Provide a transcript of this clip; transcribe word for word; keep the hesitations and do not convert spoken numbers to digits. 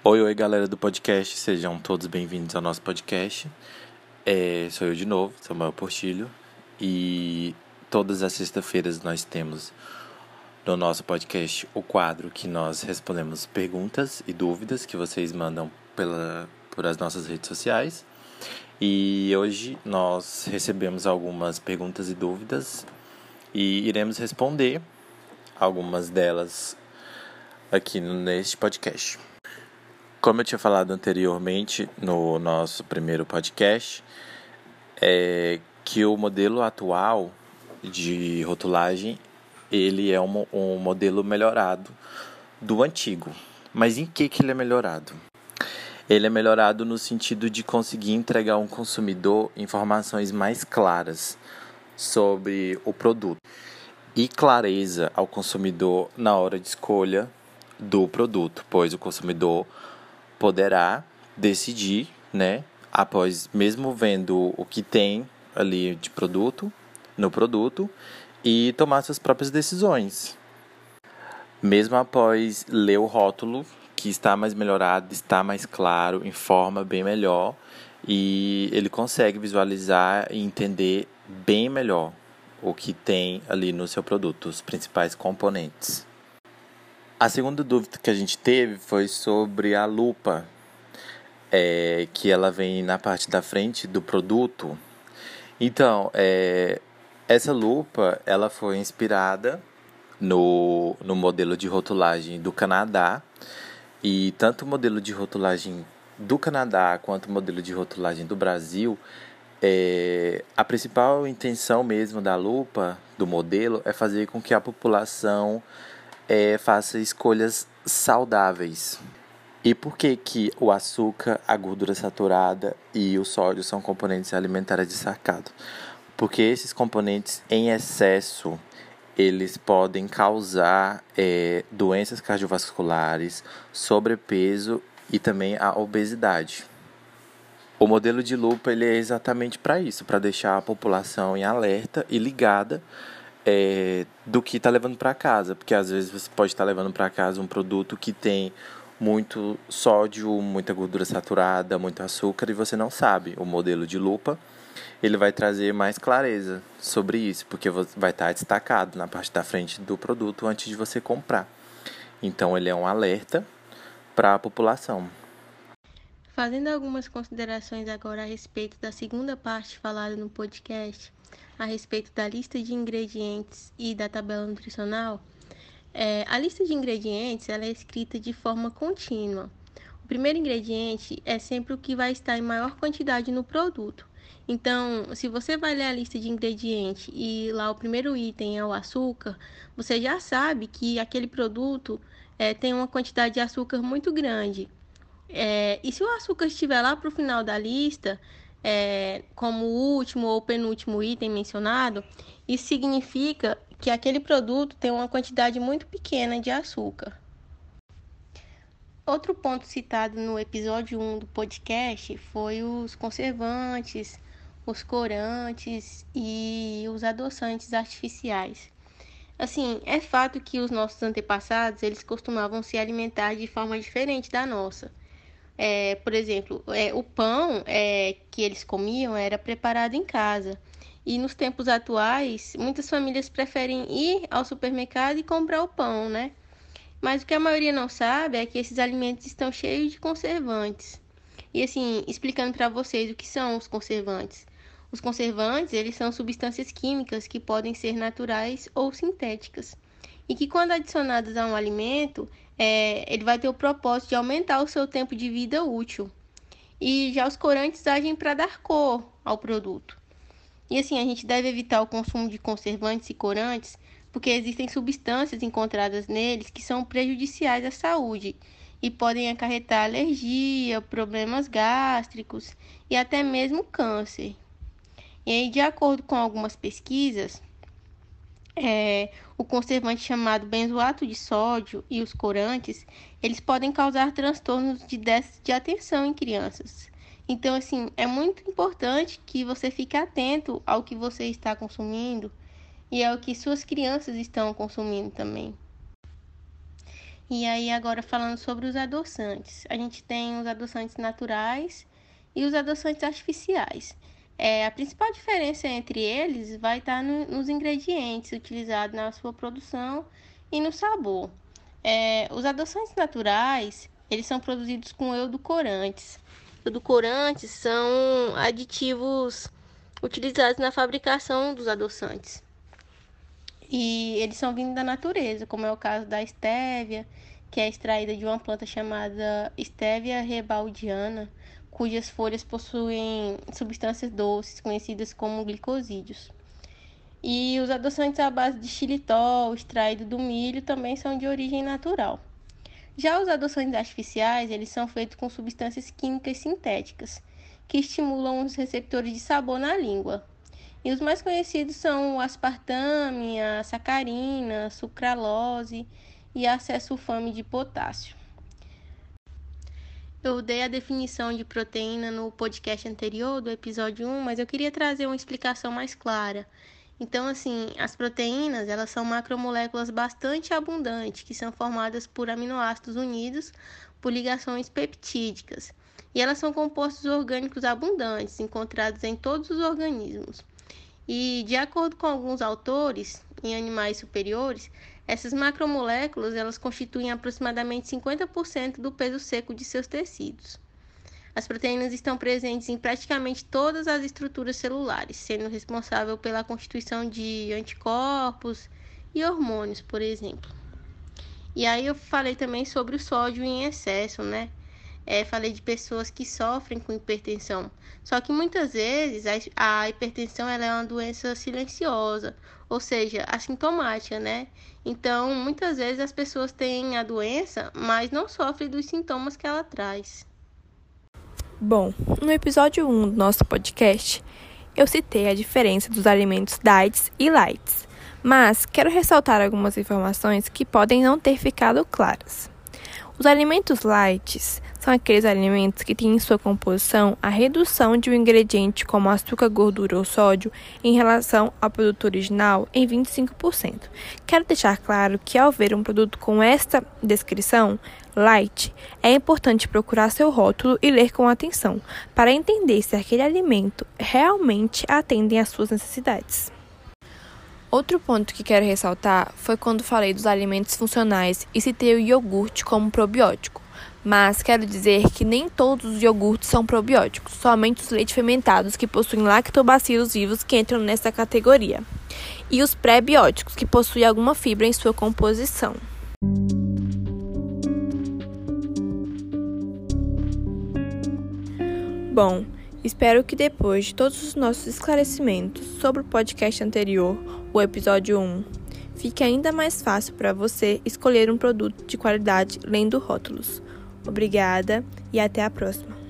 Oi, oi, galera do podcast, sejam todos bem-vindos ao nosso podcast. É, sou eu de novo, Samuel Portilho, e todas as sextas-feiras nós temos no nosso podcast o quadro que nós respondemos perguntas e dúvidas que vocês mandam pela, por as nossas redes sociais. E hoje nós recebemos algumas perguntas e dúvidas e iremos responder algumas delas aqui neste podcast. Como eu tinha falado anteriormente no nosso primeiro podcast, é que o modelo atual de rotulagem ele é um, um modelo melhorado do antigo. Mas em que, que ele é melhorado? Ele é melhorado no sentido de conseguir entregar ao consumidor informações mais claras sobre o produto e clareza ao consumidor na hora de escolha do produto, pois o consumidor poderá decidir, né, após mesmo vendo o que tem ali de produto, no produto, e tomar suas próprias decisões. Mesmo após ler o rótulo, que está mais melhorado, está mais claro, informa bem melhor, e ele consegue visualizar e entender bem melhor o que tem ali no seu produto, os principais componentes. A segunda dúvida que a gente teve foi sobre a lupa, é, que ela vem na parte da frente do produto. Então, é, essa lupa ela foi inspirada no, no modelo de rotulagem do Canadá. E tanto o modelo de rotulagem do Canadá quanto o modelo de rotulagem do Brasil, é, a principal intenção mesmo da lupa, do modelo, é fazer com que a população É, faça escolhas saudáveis. E por que que o açúcar, a gordura saturada e o sódio são componentes alimentares destacados? Porque esses componentes em excesso, eles podem causar é, doenças cardiovasculares, sobrepeso e também a obesidade. O modelo de lupa ele é exatamente para isso, para deixar a população em alerta e ligada É, do que está levando para casa, porque às vezes você pode estar tá levando para casa um produto que tem muito sódio, muita gordura saturada, muito açúcar e você não sabe. O modelo de lupa ele vai trazer mais clareza sobre isso, porque vai estar tá destacado na parte da frente do produto antes de você comprar. Então ele é um alerta para a população. Fazendo algumas considerações agora a respeito da segunda parte falada no podcast, a respeito da lista de ingredientes e da tabela nutricional, é, a lista de ingredientes ela é escrita de forma contínua. O primeiro ingrediente é sempre o que vai estar em maior quantidade no produto. Então, se você vai ler a lista de ingredientes e lá o primeiro item é o açúcar, você já sabe que aquele produto é, tem uma quantidade de açúcar muito grande. É, e se o açúcar estiver lá para o final da lista, é, como o último ou penúltimo item mencionado, isso significa que aquele produto tem uma quantidade muito pequena de açúcar. Outro ponto citado no episódio um do podcast foi os conservantes, os corantes e os adoçantes artificiais. Assim, é fato que os nossos antepassados eles costumavam se alimentar de forma diferente da nossa. É, por exemplo, é, o pão é, que eles comiam era preparado em casa. E nos tempos atuais, muitas famílias preferem ir ao supermercado e comprar o pão, né? Mas o que a maioria não sabe é que esses alimentos estão cheios de conservantes. E assim, explicando para vocês o que são os conservantes. Os conservantes, eles são substâncias químicas que podem ser naturais ou sintéticas. E que quando adicionadas a um alimento, é, ele vai ter o propósito de aumentar o seu tempo de vida útil. E já os corantes agem para dar cor ao produto. E assim, a gente deve evitar o consumo de conservantes e corantes, porque existem substâncias encontradas neles que são prejudiciais à saúde e podem acarretar alergia, problemas gástricos e até mesmo câncer. E aí, de acordo com algumas pesquisas, É, o conservante chamado benzoato de sódio e os corantes, eles podem causar transtornos de déficit de atenção em crianças. Então, assim, é muito importante que você fique atento ao que você está consumindo e ao que suas crianças estão consumindo também. E aí agora falando sobre os adoçantes. A gente tem os adoçantes naturais e os adoçantes artificiais. É, a principal diferença entre eles vai estar no, nos ingredientes utilizados na sua produção e no sabor. É, os adoçantes naturais, eles são produzidos com edulcorantes. Edulcorantes são aditivos utilizados na fabricação dos adoçantes. E eles são vindos da natureza, como é o caso da estévia, que é extraída de uma planta chamada Stevia rebaudiana, cujas folhas possuem substâncias doces, conhecidas como glicosídeos. E os adoçantes à base de xilitol, extraído do milho, também são de origem natural. Já os adoçantes artificiais, eles são feitos com substâncias químicas sintéticas, que estimulam os receptores de sabor na língua. E os mais conhecidos são o aspartame, a sacarina, a sucralose e a acesulfame de potássio. Eu dei a definição de proteína no podcast anterior, do episódio um, mas eu queria trazer uma explicação mais clara. Então, assim, as proteínas, elas são macromoléculas bastante abundantes, que são formadas por aminoácidos unidos por ligações peptídicas. E elas são compostos orgânicos abundantes, encontrados em todos os organismos. E, de acordo com alguns autores, em animais superiores, essas macromoléculas elas constituem aproximadamente cinquenta por cento do peso seco de seus tecidos. As proteínas estão presentes em praticamente todas as estruturas celulares, sendo responsável pela constituição de anticorpos e hormônios, por exemplo. E aí eu falei também sobre o sódio em excesso, né? É, falei de pessoas que sofrem com hipertensão. Só que muitas vezes a, a hipertensão ela é uma doença silenciosa, ou seja, assintomática, né? Então, muitas vezes as pessoas têm a doença, mas não sofrem dos sintomas que ela traz. Bom, no episódio um do nosso podcast, eu citei a diferença dos alimentos diets e lights, mas quero ressaltar algumas informações que podem não ter ficado claras. Os alimentos lights são aqueles alimentos que têm em sua composição a redução de um ingrediente como açúcar, gordura ou sódio em relação ao produto original em vinte e cinco por cento. Quero deixar claro que ao ver um produto com esta descrição, light, é importante procurar seu rótulo e ler com atenção, para entender se aquele alimento realmente atende às suas necessidades. Outro ponto que quero ressaltar foi quando falei dos alimentos funcionais e citei o iogurte como probiótico. Mas quero dizer que nem todos os iogurtes são probióticos, somente os leites fermentados que possuem lactobacilos vivos que entram nessa categoria. E os pré-bióticos que possuem alguma fibra em sua composição. Bom, espero que depois de todos os nossos esclarecimentos sobre o podcast anterior, o episódio um, fique ainda mais fácil para você escolher um produto de qualidade lendo rótulos. Obrigada e até a próxima.